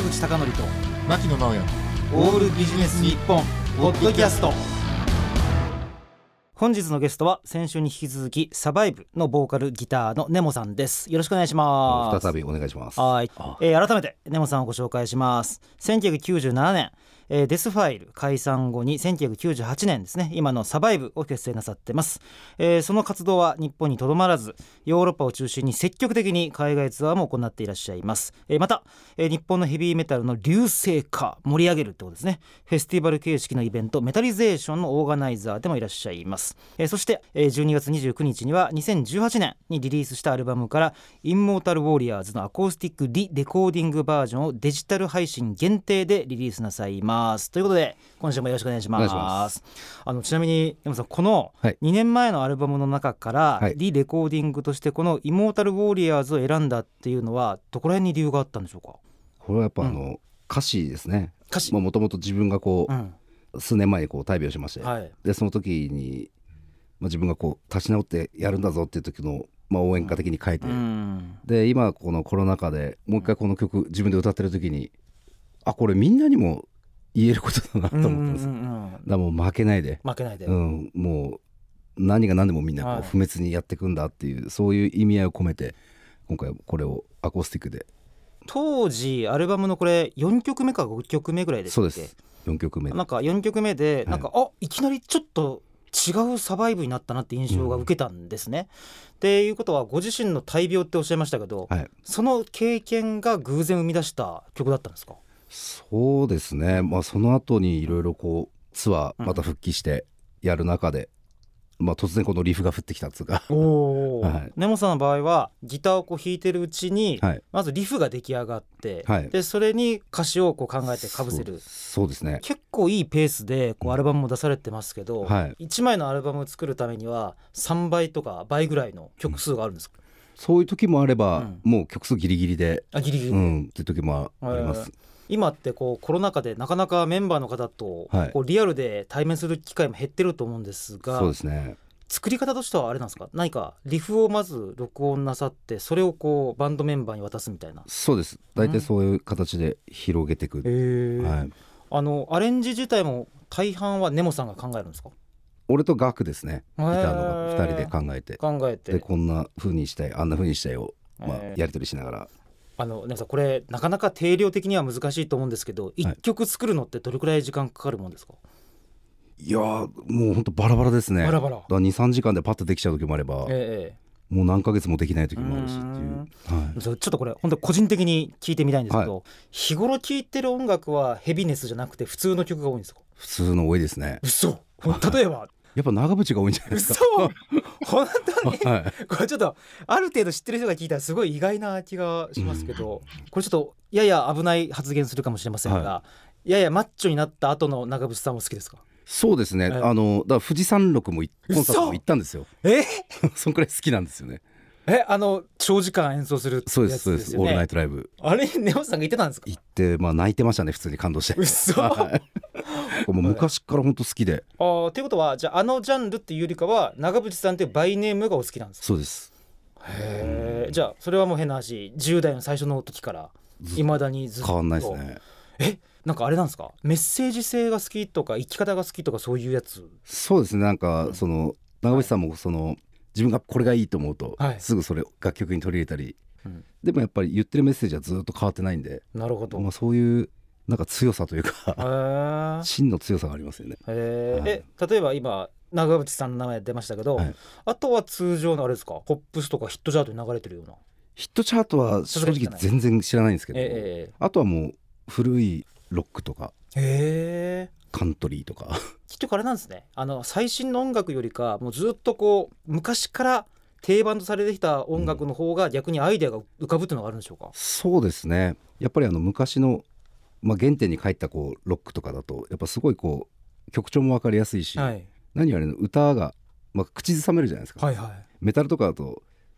坂口孝則と牧野直哉オールビジネス日本ポッドキャスト。本日のゲストは先週に引き続きサバイブのボーカルギターのネモさんです。よろしくお願いします。 再びお願いします。 はい、改めてネモさんをご紹介します。1997年デスファイル解散後に1998年ですね、今のサバイブを結成なさってます。その活動は日本にとどまらずヨーロッパを中心に積極的に海外ツアーも行っていらっしゃいます。また、日本のヘビーメタルの隆盛化盛り上げるってことですね。フェスティバル形式のイベントメタリゼーションのオーガナイザーでもいらっしゃいます。そして、12月29日には2018年にリリースしたアルバムからインモータルウォリアーズのアコースティックリレコーディングバージョンをデジタル配信限定でリリースなさいます。ということで今週もよろしくお願いします。ちなみに山さん、この2年前のアルバムの中から、リレコーディングとしてこのイモータルウォリアーズを選んだっていうのはどこら辺に理由があったんでしょうか？ これはやっぱ歌詞ですね。もともと自分が数年前に大病しまして、でその時に、自分が立ち直ってやるんだぞっていう時の、応援歌的に書いて、で今このコロナ禍でもう一回この曲自分で歌ってる時にこれみんなにも言えることだなと思ったんです。だからもう負けないで、もう何が何でもみんな不滅にやっていくんだっていう、そういう意味合いを込めて今回これをアコースティックで。 当時アルバムのこれ4曲目か5曲目ぐらいですっけ？ そうです、4曲目。 なんか4曲目でいきなりちょっと違うサバイブになったなって印象が受けたんですね。っていうことはご自身の大病っておっしゃいましたけど、その経験が偶然生み出した曲だったんですか？ そうですね、その後にいろいろツアーまた復帰してやる中で、突然このリフが降ってきたっていうか根本さんの場合はギターを弾いてるうちに、まずリフが出来上がって、でそれに歌詞を考えてかぶせる。 そうですね、 結構いいペースでアルバムも出されてますけど、1枚のアルバムを作るためには3倍とか倍ぐらいの曲数があるんですか？ そういう時もあれば、もう曲数ギリギリでっていう時もあります。 今ってコロナ禍でなかなかメンバーの方とリアルで対面する機会も減ってると思うんですが、 そうですね、 作り方としてはあれなんですか？何かリフをまず録音なさってそれをバンドメンバーに渡すみたいな。 そうです、大体そういう形で広げていく。 アレンジ自体も大半はネモさんが考えるんですか？ 俺とガクですね、ギターのが2人で考えてでこんな風にしたいあんな風にしたいを、やり取りしながら。 ネモさん、これなかなか定量的には難しいと思うんですけど、1曲作るのってどれくらい時間かかるもんですか？ いやもうほんとバラバラですね。だから 2,3 時間でパッとできちゃう時もあれば、もう何ヶ月もできない時もあるしっていう。ちょっとこれ本当個人的に聞いてみたいんですけど、日頃聴いてる音楽はヘビネスじゃなくて普通の曲が多いんですか？ 普通の多いですね。 嘘？例えばやっぱ長渕が多いんじゃないですか？ 本当に、これちょっとある程度知ってる人が聞いたらすごい意外な気がしますけど、これちょっとやや危ない発言するかもしれませんが、ややマッチョになった後の長渕さんも好きですか？ そうですね、だから富士山麓もコンサートも行ったんですよ。そんくらい好きなんですよね。 長時間演奏するやつですよね。 そうです、オールナイトライブ。 あれネモさんが言ってたんですか？ 行って、泣いてましたね、普通に感動して。 嘘もう昔から本当好きで。 ということはじゃあジャンルっていうよりかは長渕さんっていうバイネームがお好きなんですか？ そうです。 じゃあそれはもう変な話、10代の最初の時からいまだにずっと変わんないですね。 なんかあれなんですか？メッセージ性が好きとか生き方が好きとかそういうやつ？ そうですね、なんかその長渕さんも自分がこれがいいと思うと、すぐそれを楽曲に取り入れたり、でもやっぱり言ってるメッセージはずっと変わってないんで。なるほど、そういうなんか強さというか真の強さがありますよね。 例えば今長渕さんの名前出ましたけど、あとは通常のあれですか？ポップスとかヒットチャートに流れてるような。 ヒットチャートは正直全然知らないんですけど、あとはもう古いロックとかカントリーとか。 結局あれなんですね、最新の音楽よりかもうずっと昔から定番とされてきた音楽の方が逆にアイデアが浮かぶっていうのがあるんでしょうか？ そうですね、やっぱり昔の、原点に帰ったロックとかだとやっぱすごい曲調も分かりやすいし、何よりの歌が、口ずさめるじゃないですか。メタルとかだと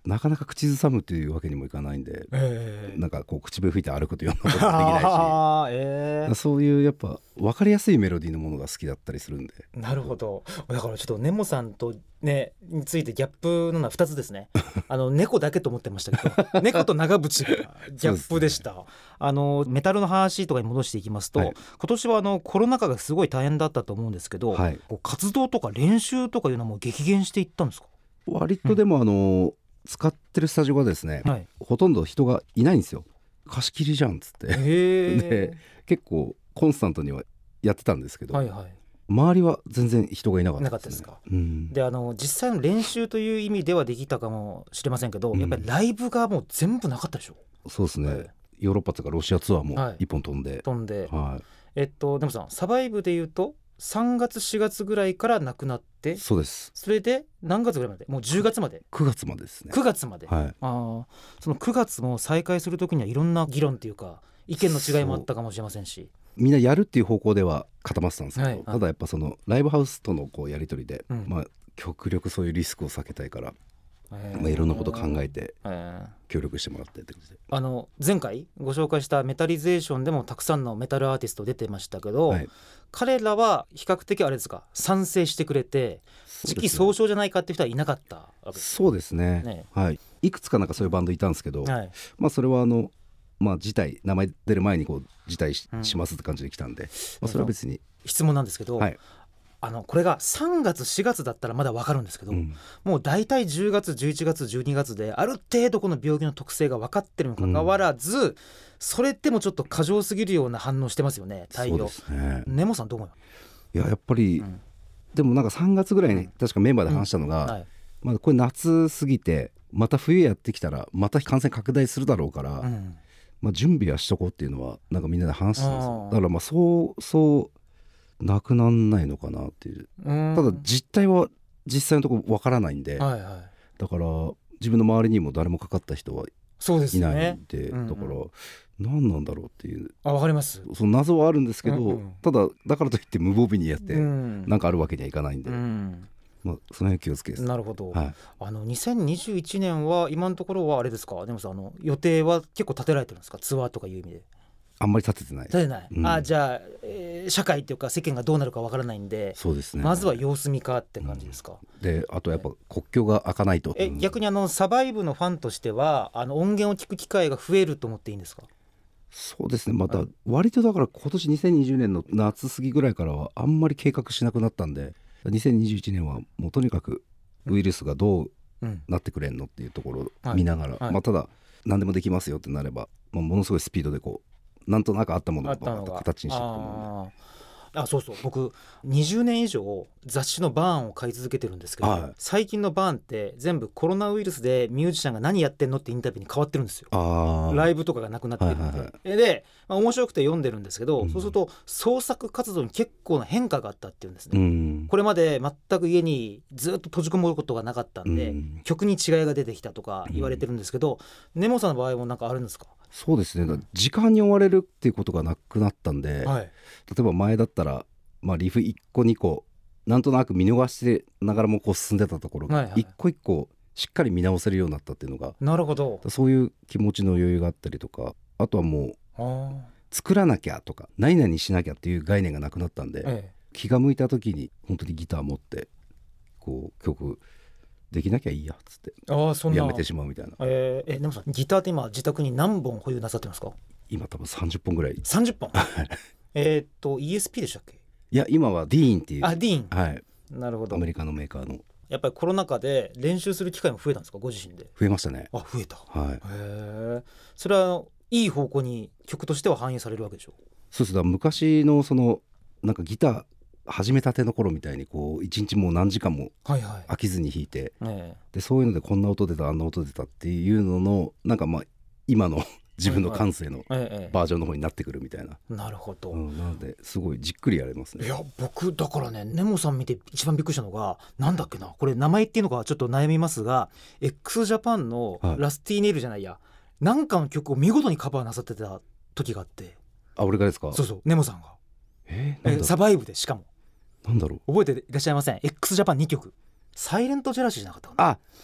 なかなか口ずさむというわけにもいかないんで、なんかこう口笛吹いて歩くというようなこともできないし、そういうやっぱ分かりやすいメロディーのものが好きだったりするんで。 なるほど。だからちょっとネモさんとねについてギャップののは2つですね。猫だけと思ってましたけど猫と長渕がギャップでした。メタルの話とかに戻していきますと、はい、今年はコロナ禍がすごい大変だったと思うんですけど、はい、活動とか練習とかいうのも激減していったんですか？ 割とでも使ってるスタジオがですね、はい、ほとんど人がいないんですよ。貸し切りじゃんっつってで結構コンスタントにはやってたんですけど、はいはい、周りは全然人がいなかったですね。 なかったですか、うん、で実際の練習という意味ではできたかもしれませんけど、やっぱりライブがもう全部なかったでしょ？ そうですね、ヨーロッパとかロシアツアーも一本飛んで、 はい、でもさんサバイブでいうと3月4月ぐらいからなくなって、 そうです。 それで何月ぐらいまで？もう10月まで 9月までですね。 9月まで、はい、その9月も再開するときにはいろんな議論というか意見の違いもあったかもしれませんし、みんなやるっていう方向では固まってたんですけど、はい、ただやっぱそのライブハウスとのやり取りで、極力そういうリスクを避けたいから、いろんなことを考えて協力してもらってってことで、 前回ご紹介したメタリゼーションでもたくさんのメタルアーティスト出てましたけど、はい、彼らは比較的あれですか、賛成してくれて時期尚早じゃないかっていう人はいなかったわけです。 そうですね、はい、いくつかなんかそういうバンドいたんですけど、はい、それは辞退、名前出る前に辞退 しますって感じで来たんで、それは別に。 質問なんですけど、はい、これが3月4月だったらまだ分かるんですけど、もう大体10月11月12月である程度この病気の特性が分かってるにもかかわらず、それでもちょっと過剰すぎるような反応してますよね、対応。そうですね。ネモさんどう思います？ いや、やっぱり、でもなんか3月ぐらいに確かメンバーで話したのが、これ夏過ぎてまた冬やってきたらまた感染拡大するだろうから、準備はしとこうっていうのはなんかみんなで話してたんですよ。だからそうなくなんないのかなっていう。ただ実態は実際のところわからないんで、はいはい、だから自分の周りにも誰もかかった人はいないんで、だから何なんだろうっていう、 わかります。 その謎はあるんですけど、ただだからといって無防備にやってなんかあるわけにはいかないんで、その辺気をつけです。 なるほど、はい、2021年は今のところはあれですか、でもさ予定は結構立てられてるんですか？ツアーとかいう意味で。 あんまり立ててない。 じゃあ、社会っていうか世間がどうなるかわからないんで、 そうですね、 まずは様子見かって感じですか？ であとやっぱ国境が開かないと、 逆にサバイブのファンとしては音源を聞く機会が増えると思っていいんですか？ そうですね、また割とだから今年2020年の夏過ぎぐらいからはあんまり計画しなくなったんで、2021年はもうとにかくウイルスがどうなってくれんのっていうところを見ながら、ただ何でもできますよってなれば、ものすごいスピードでなんとなくあったものを形にしていくと思うんで。 そう僕20年以上雑誌のバーンを買い続けてるんですけど、最近のバーンって全部コロナウイルスでミュージシャンが何やってんのってインタビューに変わってるんですよ。ライブとかがなくなってるんで、で、面白くて読んでるんですけど、そうすると創作活動に結構な変化があったっていうんですね。これまで全く家にずっと閉じこもることがなかったんで、曲に違いが出てきたとか言われてるんですけど、ネモさんの場合もなんかあるんですか？ そうですね、時間に追われるっていうことがなくなったんで、例えば前だったら、リフ1個2個なんとなく見逃してながらも進んでたところが、一個一個しっかり見直せるようになったっていうのが、 なるほど、 そういう気持ちの余裕があったりとか、あとはもう作らなきゃとか何々しなきゃっていう概念がなくなったんで、気が向いた時に本当にギター持って曲できなきゃいいやっつってやめてしまうみたいな。 でもさ、ギターって今自宅に何本保有なさってますか？ 今多分30本ぐらい。 30本ESP でしたっけ？ いや、今はディーンっていう。 ディーン、 はい、 なるほど。 アメリカのメーカーの。 やっぱりコロナ禍で練習する機会も増えたんですか？ご自身で。 増えましたね。 増えた。 はいそれはいい方向に曲としては反映されるわけでしょ？ そうです。だ昔のなんかギター始めたての頃みたいに一日もう何時間も飽きずに弾いて、でそういうのでこんな音出たあんな音出たっていうののなんか今の自分の感性のバージョンの方になってくるみたいな。 なるほど、 なのですごいじっくりやれますね。 いや、僕だからね、ネモさん見て一番びっくりしたのが、なんだっけな、これ名前っていうのがちょっと悩みますが、 x ジャパンのラスティーネイルじゃないや、なんかの曲を見事にカバーなさってた時があって。 俺がですか？ そうネモさんがサバイブで、しかもなんだろう、 覚えていらっしゃいません？ x ジャパン2曲、サイレントジェラシーじゃなかったかな。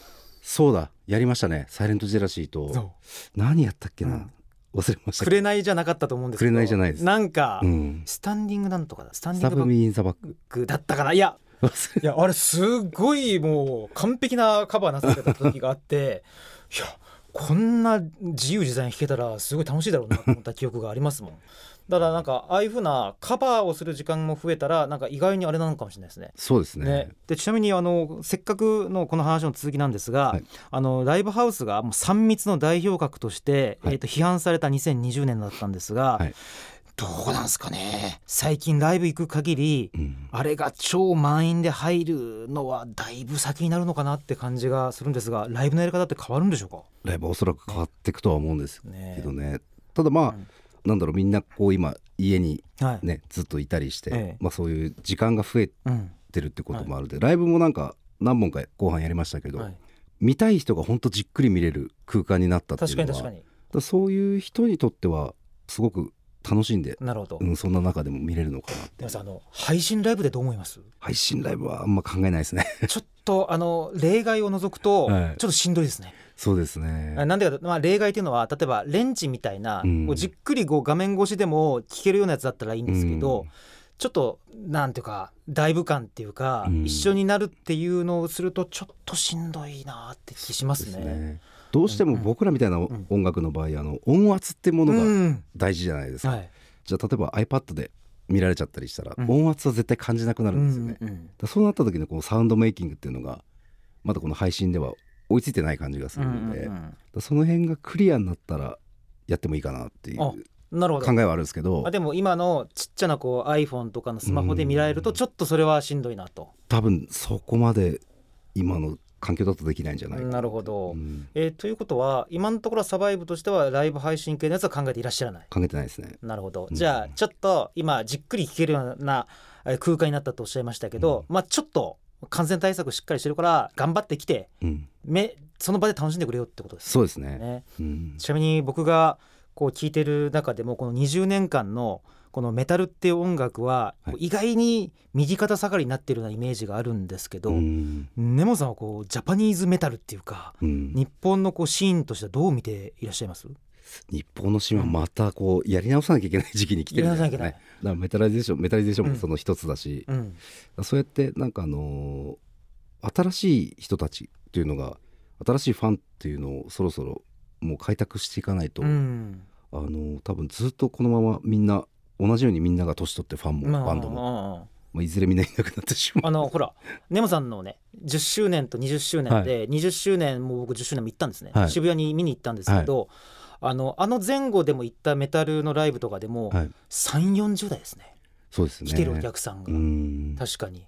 そうだ、やりましたね。サイレントジェラシーと何やったっけな、忘れました。 紅じゃなかったと思うんですけど、 紅じゃないです。 なんか、スタンディングなんとかだ、スタンディングバックだったかな。いやあれすごいもう完璧なカバーなされた時があっていやこんな自由自在に弾けたらすごい楽しいだろうなと思った記憶がありますもん。だからなんかああいう風なカバーをする時間も増えたらなんか意外にあれなのかもしれないですね。 そうですね。 でちなみにせっかくのこの話の続きなんですが、ライブハウスがもう3密の代表格として、批判された2020年だったんですが、どうなんですかね。最近ライブ行く限り、あれが超満員で入るのはだいぶ先になるのかなって感じがするんですが、ライブのやり方って変わるんでしょうか。 ライブはおそらく変わっていくとは思うんですけどね。ただなんだろう、みんなこう今家にね、ずっといたりして、そういう時間が増えてるってこともあるので、ライブもなんか何本か後半やりましたけど、見たい人が本当じっくり見れる空間になったっていうのは、確かにそういう人にとってはすごく楽しんで、そんな中でも見れるのかなって。 配信ライブでどう思います？ 配信ライブはあんま考えないですねちょっと例外を除くとちょっとしんどいですね。 そうですね。 なんでか、例外というのは例えばレンチみたいな、じっくり画面越しでも聴けるようなやつだったらいいんですけど、ちょっとなんていうかライブ感っていうか、一緒になるっていうのをするとちょっとしんどいなって気しますね。 どうしても僕らみたいな音楽の場合、音圧ってものが大事じゃないですか。じゃあ例えば iPad で見られちゃったりしたら、音圧は絶対感じなくなるんですよね。そうなった時のこのサウンドメイキングっていうのがまだこの配信では追いついてない感じがするので、その辺がクリアになったらやってもいいかなっていう考えはあるんですけど、 でも今のちっちゃなiPhone とかのスマホで見られるとちょっとそれはしんどいなと。 多分そこまで今の環境だとできないんじゃないかな。 なるほど、ということは今のところサバイブとしてはライブ配信系のやつは考えていらっしゃらない。 考えてないですね。 なるほど、じゃあちょっと今じっくり聴けるような空間になったとおっしゃいましたけど、ちょっと感染対策しっかりしてるから頑張ってきて、その場で楽しんでくれよってことですね。 そうですね。 ちなみに僕が聴いてる中でもこの20年間のこのメタルっていう音楽は意外に右肩下がりになっているようなイメージがあるんですけど、根本さんはジャパニーズメタルっていうか、日本のシーンとしてはどう見ていらっしゃいます？ 日本のシーンはまたやり直さなきゃいけない時期に来てるんじゃないですかね。だからメタリゼーションもその一つだし、そうやってなんか新しい人たちっていうのが、新しいファンっていうのをそろそろもう開拓していかないと、多分ずっとこのままみんな同じようにみんなが年取ってファンもバンドも、いずれみんないなくなってしまう。 ほら根本さんのね10周年と20周年で、20周年も僕10周年も行ったんですね、渋谷に見に行ったんですけど、あの前後でも行ったメタルのライブとかでも、3、40代ですね。 そうですね。 来てるお客さんが確かに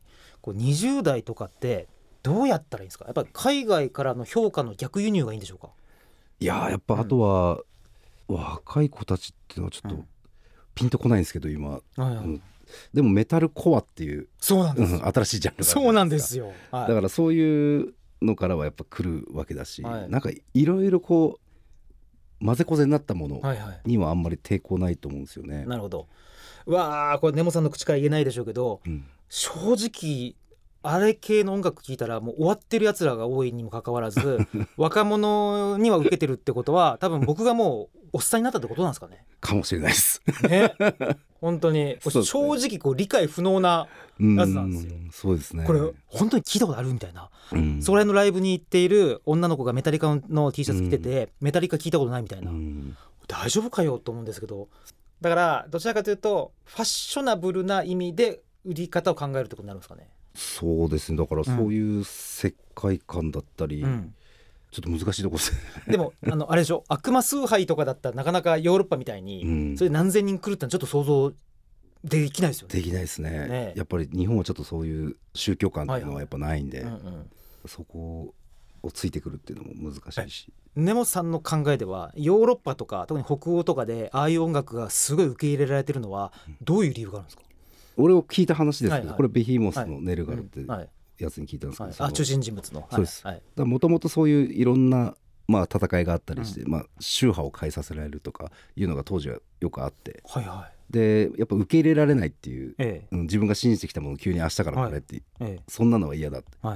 20代とかってどうやったらいいんですか？やっぱり海外からの評価の逆輸入がいいんでしょうか？ いややっぱあとは、若い子たちっていうのはちょっとピンとこないんですけど今、でもメタルコアっていう、 そうなんです、 新しいジャンルがあるじゃないですか。 そうなんですよ、 だからそういうのからはやっぱ来るわけだし、なんかいろいろ混ぜこぜになったものにはあんまり抵抗ないと思うんですよね。 なるほど。これ根本さんの口から言えないでしょうけど、正直あれ系の音楽聴いたらもう終わってるやつらが多いにもかかわらず若者には受けてるってことは多分僕がもうおっさんになったってことなんですかね。 かもしれないですね。本当に正直理解不能なやつなんですよ。 そうですね。 これ本当に聞いたことあるみたいな、そこら辺のライブに行っている女の子がメタリカの T シャツ着てて、メタリカ聞いたことないみたいな、大丈夫かよと思うんですけど、だからどちらかというとファッショナブルな意味で売り方を考えるってことになるんですかね。 そうですね。だからそういう世界観だったり、ちょっと難しいところですでもあれでしょ、悪魔崇拝とかだったらなかなかヨーロッパみたいに、それ何千人来るってのはちょっと想像できないですよね。 できないですね。やっぱり日本はちょっとそういう宗教観っていうのはやっぱないんで、そこをついてくるっていうのも難しいし、 根本さんの考えではヨーロッパとか特に北欧とかでああいう音楽がすごい受け入れられてるのはどういう理由があるんですか？ 俺を聞いた話ですけど、これベヒーモスのネルガルってやつに聞いたんですけど、 中心人物の、 そうです。もともとそういういろんな戦いがあったりして、宗派を変えさせられるとかいうのが当時はよくあって、でやっぱ受け入れられないっていう、自分が信じてきたものを急に明日からこれって、そんなのは嫌だって、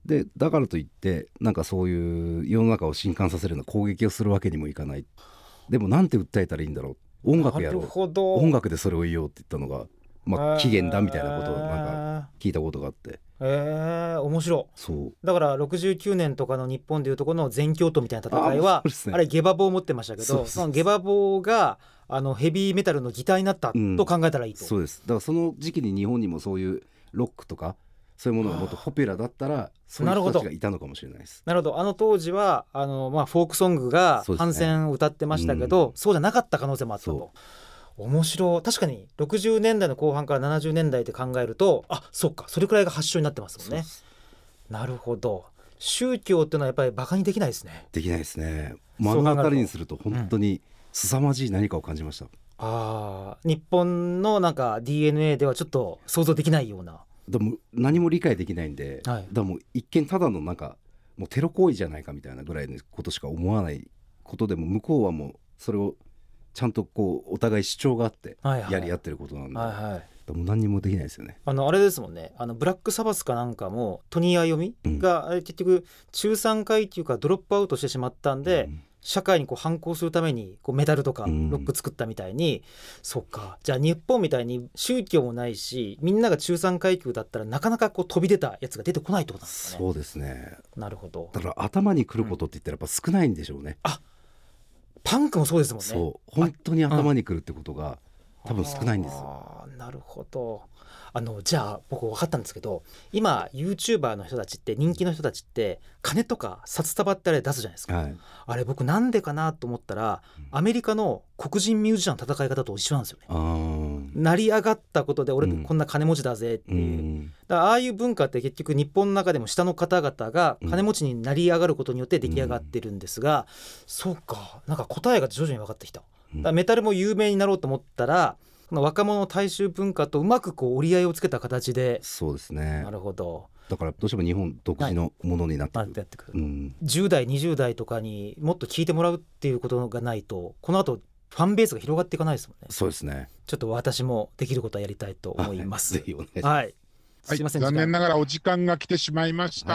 でだからといってなんかそういう世の中を震撼させるような攻撃をするわけにもいかない。でもなんて訴えたらいいんだろう、音楽やろう、音楽でそれを言おうって言ったのが、起源だみたいなことをなんか聞いたことがあって、 面白い。 そうだから69年とかの日本でいうとこの全教徒みたいな戦いは あれゲバ棒を持ってましたけど、そのゲバ棒がヘビーメタルのギターになったと考えたらいいと、 そうです。だからその時期に日本にもそういうロックとかそういうものがもっとポピュラーだったらそういう人たちがいたのかもしれないです。 なるほど。当時はフォークソングが反戦を歌ってましたけど、そうじゃなかった可能性もあったと。面白い。確かに60年代の後半から70年代で考えるとそうか、それくらいが発祥になってますもんね。なるほど。宗教っていうのはやっぱりバカにできないですね。 できないですね。目の当たりにすると本当に凄まじい何かを感じました。 日本のなんか DNA ではちょっと想像できないような。 でも何も理解できないんで、だからもう一見ただのなんかもうテロ行為じゃないかみたいなぐらいのことしか思わないことでも、向こうはもうそれをちゃんとこうお互い主張があってやり合ってることなんで、もう何にもできないですよね。 あれですもんね。ブラックサバスかなんかもトニー・アヨミが、結局中産階級からドロップアウトしてしまったんで、社会に反抗するためにメダルとかロック作ったみたいに、そっか、じゃあ日本みたいに宗教もないしみんなが中産階級だったらなかなか飛び出たやつが出てこないってことなんですかね。 そうですね。 なるほど。 だから頭にくることって言ったらやっぱ少ないんでしょうね。 パンクもそうですもんね。 そう、本当に頭にくるってことが多分少ないんですよ。 なるほど。じゃあ僕分かったんですけど、今 YouTuber の人たちって人気の人たちって金とか札束ってあれ出すじゃないですか、あれ僕なんでかなと思ったら、アメリカの黒人ミュージシャンの戦い方と一緒なんですよね。成り上がったことで俺こんな金持ちだぜっていう、だからああいう文化って結局日本の中でも下の方々が金持ちになり上がることによって出来上がってるんですが、そうか、なんか答えが徐々に分かってきた。だからメタルも有名になろうと思ったらこの若者の大衆文化とうまく折り合いをつけた形で。 そうですね。 なるほど。 だからどうしても日本独自のものになってくる、 10代20代とかにもっと聞いてもらうっていうことがないとこの後ファンベースが広がっていかないですもんね。 そうですね。 ちょっと私もできることはやりたいと思います。 ぜひお願いします。 すいません、 残念ながらお時間が来てしまいました、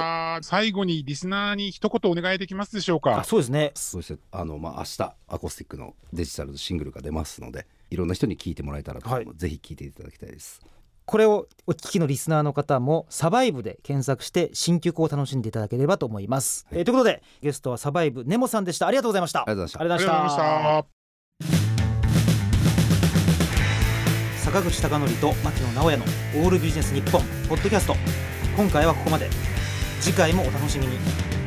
最後にリスナーに一言お願いできますでしょうか。 そうですね。 そうですね。明日アコースティックのデジタルのシングルが出ますので、いろんな人に聞いてもらえたらと、ぜひ聞いていただきたいです。 これをお聞きのリスナーの方もサバイブで検索して新曲を楽しんでいただければと思います、ということでゲストはサバイブネモさんでした。ありがとうございました。 ありがとうございました。 坂口孝則と牧野直哉のオールビジネス日本ポッドキャスト、今回はここまで。次回もお楽しみに。